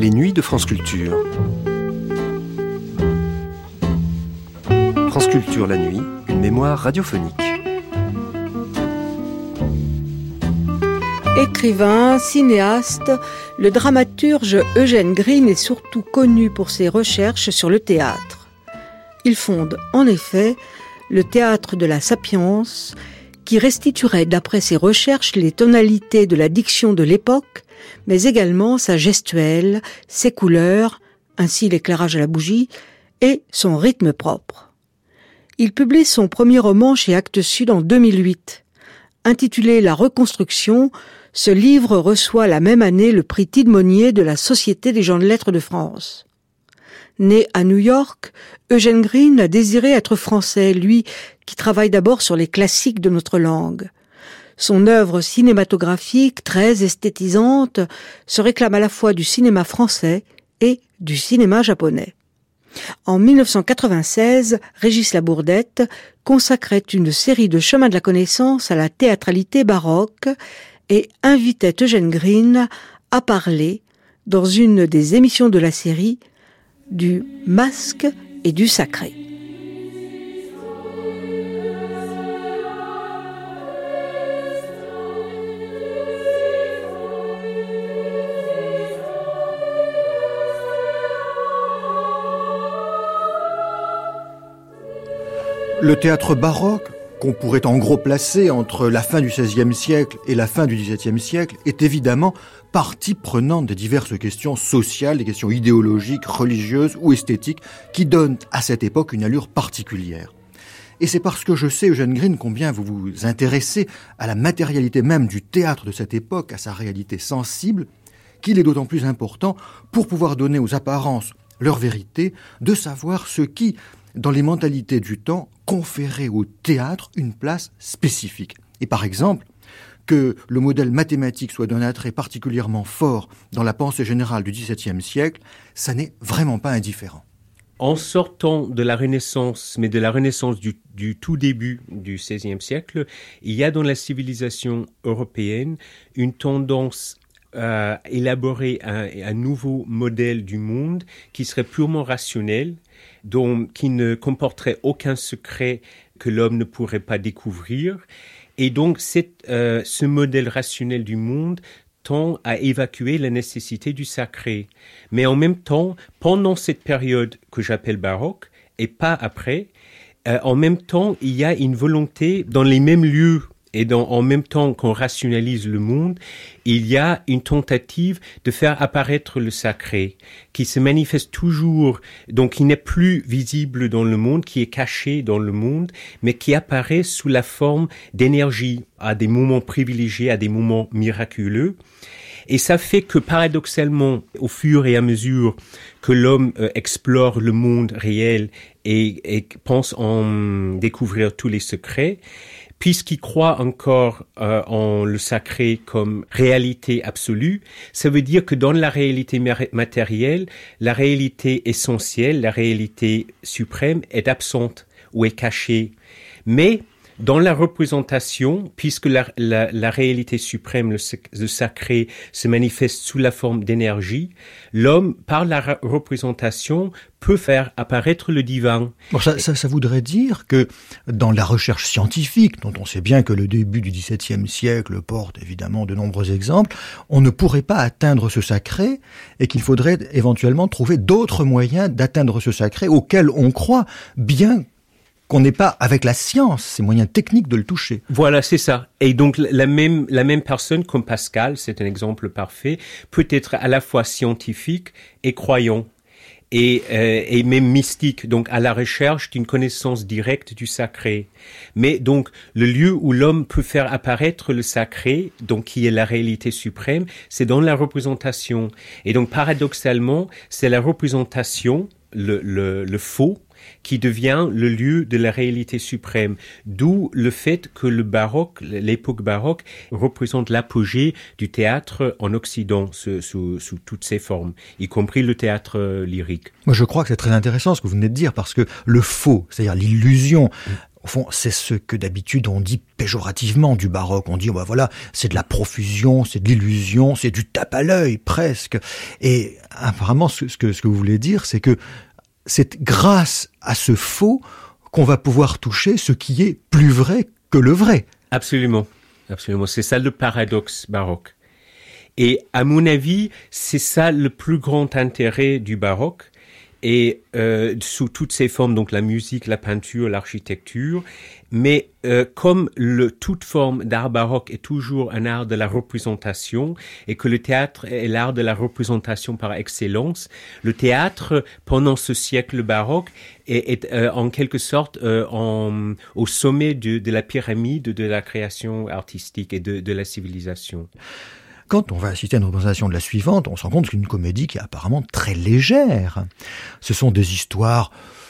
Les nuits de France Culture. France Culture la nuit, une mémoire radiophonique. Écrivain, cinéaste, le dramaturge Eugène Green est surtout connu pour ses recherches sur le théâtre. Il fonde en effet le Théâtre de la Sapience, qui restituerait d'après ses recherches les tonalités de la diction de l'époque, mais également sa gestuelle, ses couleurs, ainsi l'éclairage à la bougie, et son rythme propre. Il publie son premier roman chez Actes Sud en 2008. Intitulé La Reconstruction, ce livre reçoit la même année le prix Tidmonnier de la Société des gens de lettres de France. Né à New York, Eugène Green a désiré être français, lui qui travaille d'abord sur les classiques de notre langue. Son œuvre cinématographique, très esthétisante, se réclame à la fois du cinéma français et du cinéma japonais. En 1996, Régis Labourdette consacrait une série de chemins de la connaissance à la théâtralité baroque et invitait Eugène Green à parler, dans une des émissions de la série, du masque et du sacré. Le théâtre baroque, qu'on pourrait en gros placer entre la fin du XVIe siècle et la fin du XVIIe siècle, est évidemment partie prenante des diverses questions sociales, des questions idéologiques, religieuses ou esthétiques qui donnent à cette époque une allure particulière. Et c'est parce que je sais, Eugène Green, combien vous vous intéressez à la matérialité même du théâtre de cette époque, à sa réalité sensible, qu'il est d'autant plus important, pour pouvoir donner aux apparences leur vérité, de savoir ce qui, dans les mentalités du temps, conférer au théâtre une place spécifique. Et par exemple, que le modèle mathématique soit d'un attrait particulièrement fort dans la pensée générale du XVIIe siècle, ça n'est vraiment pas indifférent. En sortant de la Renaissance, mais de la Renaissance du tout début du XVIe siècle, il y a dans la civilisation européenne une tendance à élaborer un nouveau modèle du monde qui serait purement rationnel, qui ne comporterait aucun secret que l'homme ne pourrait pas découvrir. Et donc, ce modèle rationnel du monde tend à évacuer la nécessité du sacré. Mais en même temps, pendant cette période que j'appelle baroque, et pas après, en même temps, il y a une volonté dans les mêmes lieux et en même temps qu'on rationalise le monde, il y a une tentative de faire apparaître le sacré, qui se manifeste toujours, donc qui n'est plus visible dans le monde, qui est caché dans le monde, mais qui apparaît sous la forme d'énergie, à des moments privilégiés, à des moments miraculeux. Et ça fait que paradoxalement, au fur et à mesure que l'homme explore le monde réel et pense en découvrir tous les secrets, puisqu'il croit encore en le sacré comme réalité absolue, ça veut dire que dans la réalité matérielle, la réalité essentielle, la réalité suprême est absente ou est cachée. Mais dans la représentation, puisque la réalité suprême, le sacré, se manifeste sous la forme d'énergie, l'homme, par la représentation, peut faire apparaître le divin. Bon, ça voudrait dire que dans la recherche scientifique, dont on sait bien que le début du XVIIe siècle porte évidemment de nombreux exemples, on ne pourrait pas atteindre ce sacré et qu'il faudrait éventuellement trouver d'autres moyens d'atteindre ce sacré auquel on croit, bien qu'on n'ait pas, avec la science, ces moyens techniques de le toucher. Voilà, c'est ça. Et donc, la même personne, comme Pascal, c'est un exemple parfait, peut être à la fois scientifique et croyant. Et même mystique, donc à la recherche d'une connaissance directe du sacré. Mais donc, le lieu où l'homme peut faire apparaître le sacré, donc qui est la réalité suprême, c'est dans la représentation. Et donc, paradoxalement, c'est la représentation, le faux, qui devient le lieu de la réalité suprême. D'où le fait que le baroque, l'époque baroque, représente l'apogée du théâtre en Occident sous toutes ses formes, y compris le théâtre lyrique. Moi, je crois que c'est très intéressant ce que vous venez de dire, parce que le faux, c'est-à-dire l'illusion, Au fond, c'est ce que d'habitude on dit péjorativement du baroque. On dit, oh ben voilà, c'est de la profusion, c'est de l'illusion, c'est du tape à l'œil presque. Et apparemment, ce que vous voulez dire, c'est que c'est grâce à ce faux qu'on va pouvoir toucher ce qui est plus vrai que le vrai. Absolument, absolument. C'est ça le paradoxe baroque. Et à mon avis, c'est ça le plus grand intérêt du baroque. Et sous toutes ses formes, donc la musique, la peinture, l'architecture. Mais comme toute forme d'art baroque est toujours un art de la représentation et que le théâtre est l'art de la représentation par excellence, le théâtre, pendant ce siècle baroque, est en quelque sorte au sommet de la pyramide de la création artistique et de la civilisation. Quand on va assister à une représentation de la suivante, on se rend compte qu'une comédie qui est apparemment très légère. Ce sont des histoires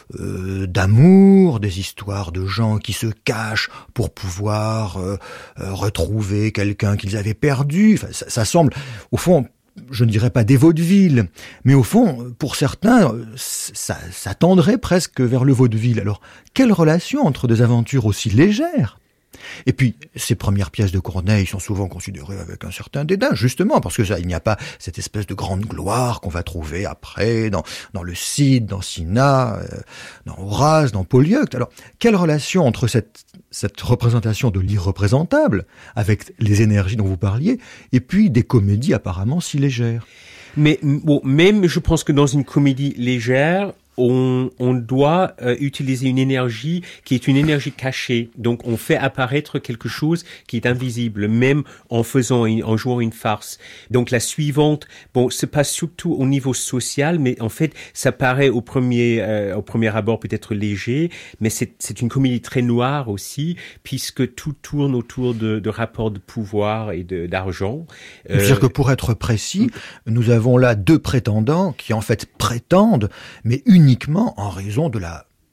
d'amour, des histoires de gens qui se cachent pour pouvoir retrouver quelqu'un qu'ils avaient perdu. Enfin, ça semble, au fond, je ne dirais pas des vaudevilles, mais au fond, pour certains, ça tendrait presque vers le vaudeville. Alors, quelle relation entre des aventures aussi légères ? Et puis, ces premières pièces de Corneille sont souvent considérées avec un certain dédain, justement, parce que il n'y a pas cette espèce de grande gloire qu'on va trouver après dans le Cid, dans Cinna, dans Horace, dans Polyeucte. Alors, quelle relation entre cette représentation de l'irreprésentable, avec les énergies dont vous parliez, et puis des comédies apparemment si légères ? Mais bon, même je pense que dans une comédie légère, on doit utiliser une énergie qui est une énergie cachée. Donc, on fait apparaître quelque chose qui est invisible, même en jouant une farce. Donc, la suivante, bon, se passe surtout au niveau social, mais en fait, ça paraît au premier abord peut-être léger, mais c'est une comédie très noire aussi, puisque tout tourne autour de rapports de pouvoir et d'argent. C'est-à-dire que pour être précis, nous avons là deux prétendants qui en fait prétendent, mais uniquement en raison de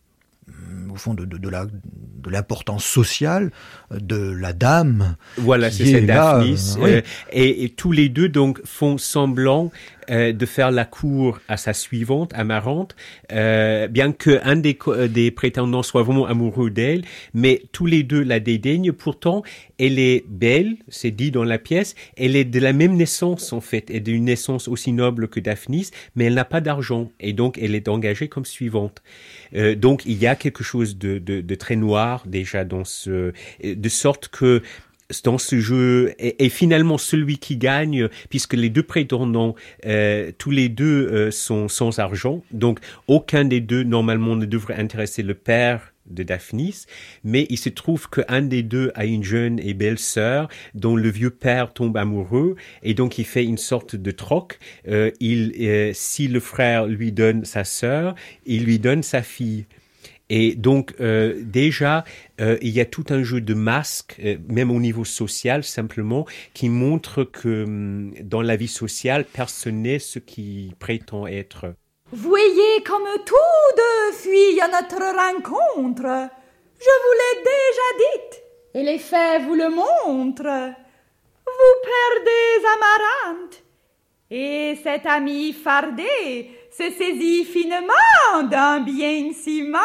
l'importance sociale de la dame. Voilà, c'est cette Daphnis. Oui. Et tous les deux donc font semblant de faire la cour à sa suivante, Amarante, bien que un des prétendants soit vraiment amoureux d'elle, mais tous les deux la dédaignent. Pourtant, elle est belle, c'est dit dans la pièce, elle est de la même naissance en fait, et d'une naissance aussi noble que Daphnis, mais elle n'a pas d'argent, et donc elle est engagée comme suivante. Donc il y a quelque chose de très noir déjà de sorte que dans ce jeu, et finalement celui qui gagne, puisque les deux prétendants, tous les deux sont sans argent, donc aucun des deux normalement ne devrait intéresser le père de Daphnis, mais il se trouve qu'un des deux a une jeune et belle sœur dont le vieux père tombe amoureux, et donc il fait une sorte de troc. Si le frère lui donne sa sœur, il lui donne sa fille. Et donc déjà, il y a tout un jeu de masques, même au niveau social simplement, qui montre que dans la vie sociale, personne n'est ce qu'il prétend être. Voyez comme tous deux fuient à notre rencontre. Je vous l'ai déjà dit, et les faits vous le montrent. Vous perdez Amarante, et cet ami fardé se saisit finement d'un bien si mal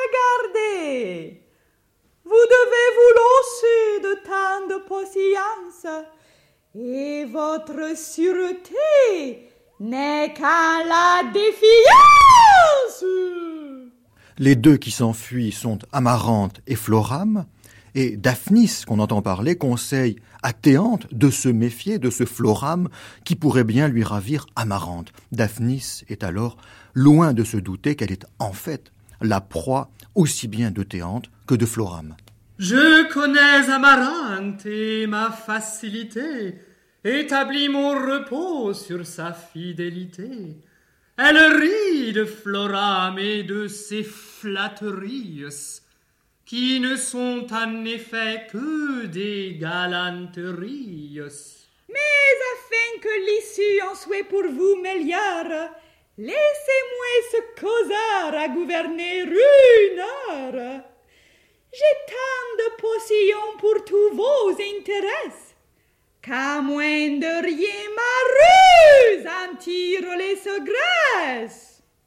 gardé. Vous devez vous lasser de tant de patience, et votre sûreté n'est qu'à la défiance. Les deux qui s'enfuient sont Amarante et Floram, et Daphnis, qu'on entend parler, conseille à Théante de se méfier de ce Floram qui pourrait bien lui ravir Amarante. Daphnis est alors loin de se douter qu'elle est en fait la proie aussi bien de Théante que de Floram. Je connais Amarante et ma facilité, établis mon repos sur sa fidélité. Elle rit de Floram et de ses flatteries, qui ne sont en effet que des galanteries. Mais afin que l'issue en soit pour vous meilleure, laissez-moi ce causeur à gouverner une heure. J'ai tant de potions pour tous vos intérêts, qu'à moins de rien ma ruse en tire les segrets.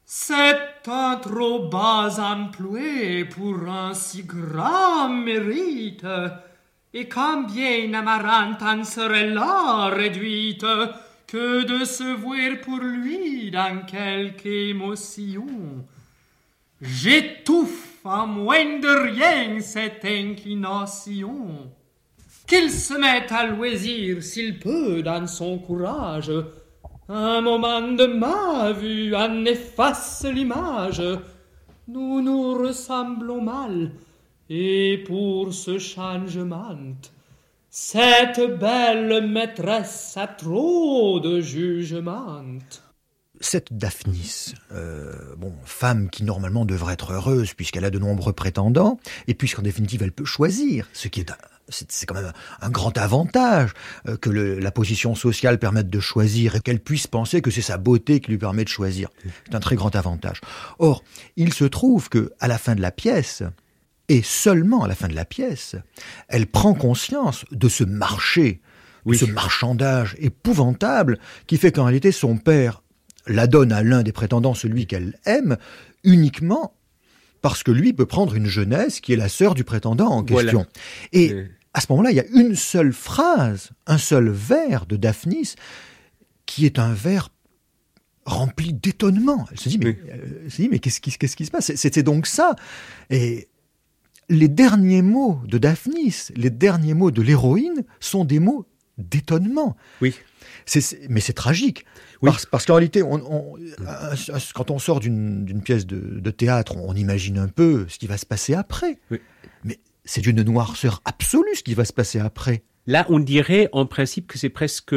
C'est un trop bas emploi pour un si grand mérite. Et combien Amarante en serait là réduite que de se voir pour lui dans quelque émotion. J'étouffe à moins de rien cette inclination. Qu'il se mette à loisir s'il peut dans son courage. Un moment de ma vue en efface l'image. Nous nous ressemblons mal, et pour ce changement, cette belle maîtresse a trop de jugement. Cette Daphnis, femme qui normalement devrait être heureuse puisqu'elle a de nombreux prétendants, et puisqu'en définitive elle peut choisir, ce qui est c'est quand même un grand avantage que la position sociale permette de choisir et qu'elle puisse penser que c'est sa beauté qui lui permet de choisir. C'est un très grand avantage. Or, il se trouve que à la fin de la pièce, et seulement à la fin de la pièce, elle prend conscience de ce marché, de ce marchandage épouvantable qui fait qu'en réalité son père la donne à l'un des prétendants, celui qu'elle aime, uniquement parce que lui peut prendre une jeunesse qui est la sœur du prétendant en question. Voilà. Et à ce moment-là, il y a une seule phrase, un seul vers de Daphnis qui est un vers rempli d'étonnement. Elle se dit, mais qu'est-ce qui se passe ? C'était donc ça. Et les derniers mots de Daphnis, les derniers mots de l'héroïne sont des mots d'étonnement. Oui. Mais c'est tragique. Oui. Parce qu'en réalité, quand on sort d'une pièce de théâtre, on imagine un peu ce qui va se passer après. Oui. Mais c'est d'une noirceur absolue ce qui va se passer après. Là, on dirait en principe que c'est presque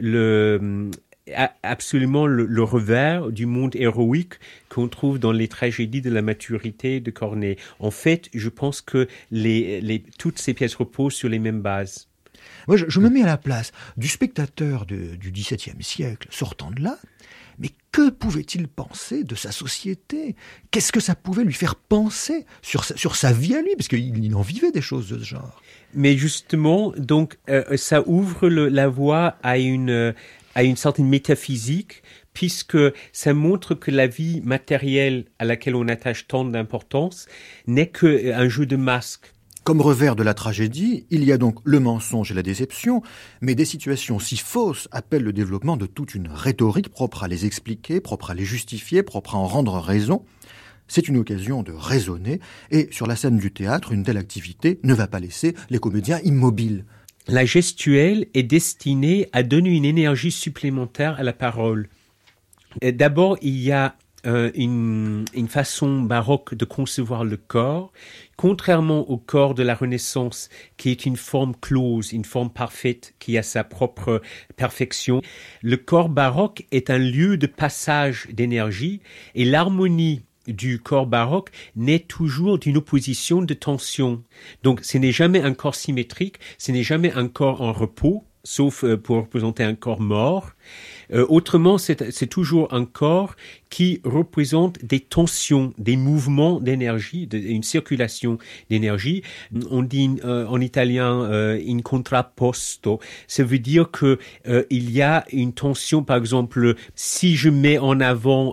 absolument le revers du monde héroïque qu'on trouve dans les tragédies de la maturité de Corneille. En fait, je pense que toutes ces pièces reposent sur les mêmes bases. Moi, je me mets à la place du spectateur du XVIIe siècle sortant de là. Mais que pouvait-il penser de sa société ? Qu'est-ce que ça pouvait lui faire penser sur sa vie à lui ? Parce qu'il en vivait des choses de ce genre. Mais justement, donc, ça ouvre la voie à une certaine métaphysique, puisque ça montre que la vie matérielle à laquelle on attache tant d'importance n'est qu'un jeu de masques. Comme revers de la tragédie, il y a donc le mensonge et la déception, mais des situations si fausses appellent le développement de toute une rhétorique propre à les expliquer, propre à les justifier, propre à en rendre raison. C'est une occasion de raisonner, et sur la scène du théâtre, une telle activité ne va pas laisser les comédiens immobiles. La gestuelle est destinée à donner une énergie supplémentaire à la parole. D'abord, il y a une façon baroque de concevoir le corps, contrairement au corps de la Renaissance, qui est une forme close, une forme parfaite, qui a sa propre perfection. Le corps baroque est un lieu de passage d'énergie, et l'harmonie du corps baroque naît toujours d'une opposition de tension. Donc, ce n'est jamais un corps symétrique, ce n'est jamais un corps en repos, sauf pour représenter un corps mort. Autrement, c'est toujours un corps qui représente des tensions, des mouvements d'énergie, une circulation d'énergie. On dit en italien in contrapposto. Ça veut dire que il y a une tension. Par exemple, si je mets en avant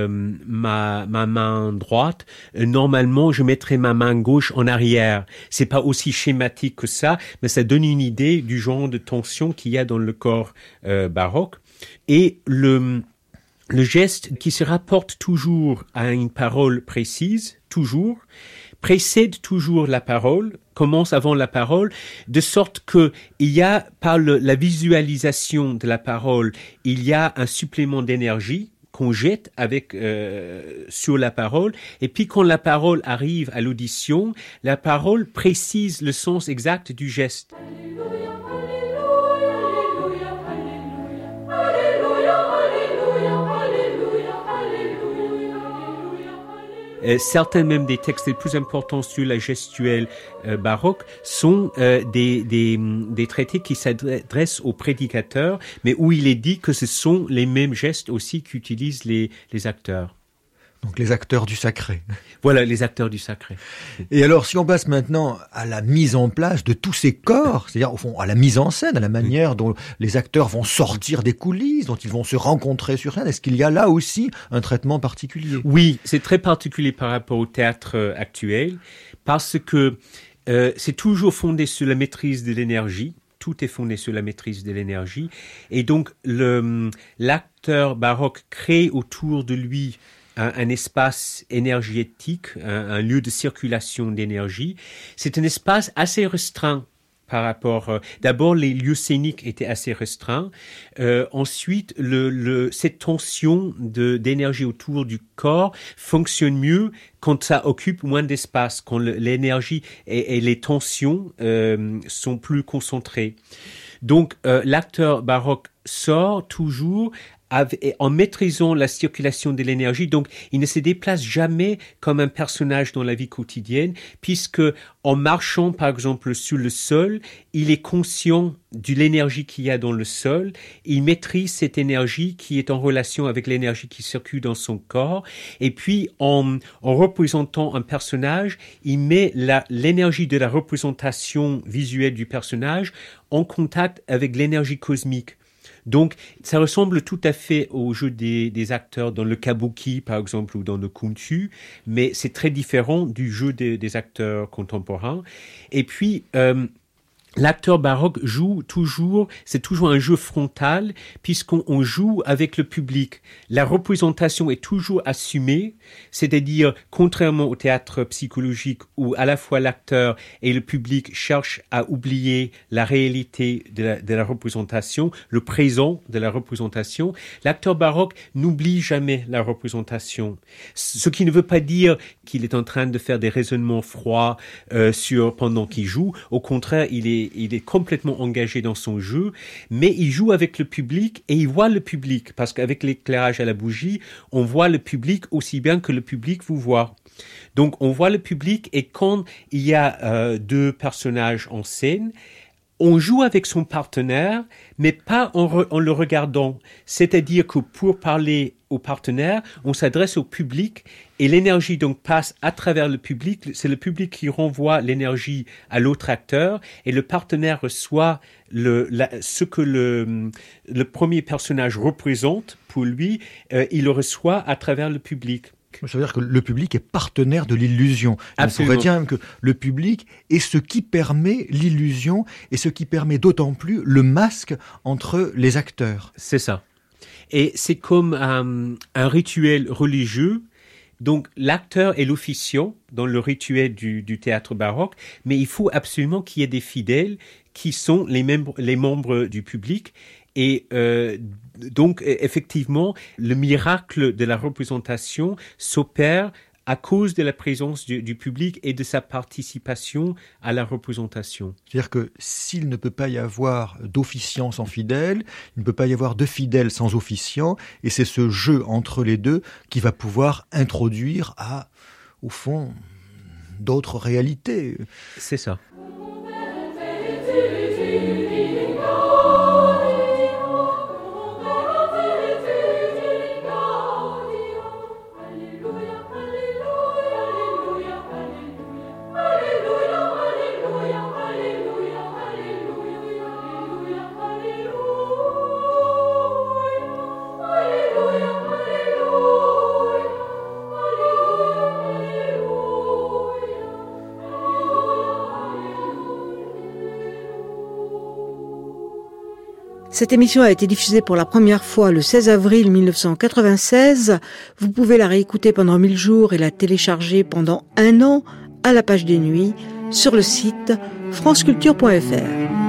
ma main droite, normalement je mettrai ma main gauche en arrière. C'est pas aussi schématique que ça, mais ça donne une idée du genre de tension qu'il y a dans le corps baroque. Et le geste qui se rapporte toujours à une parole précise, toujours, précède toujours la parole, commence avant la parole, de sorte que il y a, par la visualisation de la parole, il y a un supplément d'énergie qu'on jette sur la parole, et puis quand la parole arrive à l'audition, la parole précise le sens exact du geste. Certains même des textes les plus importants sur la gestuelle baroque sont des traités qui s'adressent aux prédicateurs, mais où il est dit que ce sont les mêmes gestes aussi qu'utilisent les acteurs. Donc les acteurs du sacré. Voilà, les acteurs du sacré. Et alors, si on passe maintenant à la mise en place de tous ces corps, c'est-à-dire au fond à la mise en scène, à la manière dont les acteurs vont sortir des coulisses, dont ils vont se rencontrer sur scène, est-ce qu'il y a là aussi un traitement particulier? Oui, c'est très particulier par rapport au théâtre actuel, parce que c'est toujours fondé sur la maîtrise de l'énergie. Tout est fondé sur la maîtrise de l'énergie. Et donc, l'acteur baroque crée autour de lui un espace énergétique, un lieu de circulation d'énergie. C'est un espace assez restreint par rapport... d'abord, les lieux scéniques étaient assez restreints. Ensuite, cette tension d'énergie autour du corps fonctionne mieux quand ça occupe moins d'espace, quand l'énergie et les tensions sont plus concentrées. Donc, l'acteur baroque sort toujours en maîtrisant la circulation de l'énergie. Donc, il ne se déplace jamais comme un personnage dans la vie quotidienne, puisque en marchant, par exemple, sur le sol, il est conscient de l'énergie qu'il y a dans le sol. Il maîtrise cette énergie qui est en relation avec l'énergie qui circule dans son corps. Et puis, en représentant un personnage, il met l'énergie de la représentation visuelle du personnage en contact avec l'énergie cosmique. Donc, ça ressemble tout à fait au jeu des acteurs dans le kabuki, par exemple, ou dans le kuntu, mais c'est très différent du jeu des acteurs contemporains. Et puis, l'acteur baroque c'est toujours un jeu frontal, puisqu'on joue avec le public. La représentation est toujours assumée, c'est-à-dire, contrairement au théâtre psychologique où à la fois l'acteur et le public cherchent à oublier la réalité de la représentation, le présent de la représentation, l'acteur baroque n'oublie jamais la représentation. Ce qui ne veut pas dire qu'il est en train de faire des raisonnements froids pendant qu'il joue. Au contraire, il est complètement engagé dans son jeu, mais il joue avec le public et il voit le public, parce qu'avec l'éclairage à la bougie, on voit le public aussi bien que le public vous voit. Donc on voit le public, et quand il y a deux personnages en scène, on joue avec son partenaire, mais pas en le regardant. C'est-à-dire que pour parler au partenaire, on s'adresse au public et l'énergie donc passe à travers le public. C'est le public qui renvoie l'énergie à l'autre acteur et le partenaire reçoit ce que le premier personnage représente pour lui, il le reçoit à travers le public. Ça veut dire que le public est partenaire de l'illusion. On pourrait dire même que le public est ce qui permet l'illusion et ce qui permet d'autant plus le masque entre les acteurs. C'est ça. Et c'est comme un rituel religieux. Donc l'acteur est l'officiant dans le rituel du théâtre baroque, mais il faut absolument qu'il y ait des fidèles qui sont les membres du public. Et donc, effectivement, le miracle de la représentation s'opère à cause de la présence du public et de sa participation à la représentation. C'est-à-dire que s'il ne peut pas y avoir d'officiant sans fidèle, il ne peut pas y avoir de fidèle sans officiant, et c'est ce jeu entre les deux qui va pouvoir introduire au fond, d'autres réalités. C'est ça. Cette émission a été diffusée pour la première fois le 16 avril 1996. Vous pouvez la réécouter pendant 1000 jours et la télécharger pendant 1 an à la page des nuits sur le site franceculture.fr.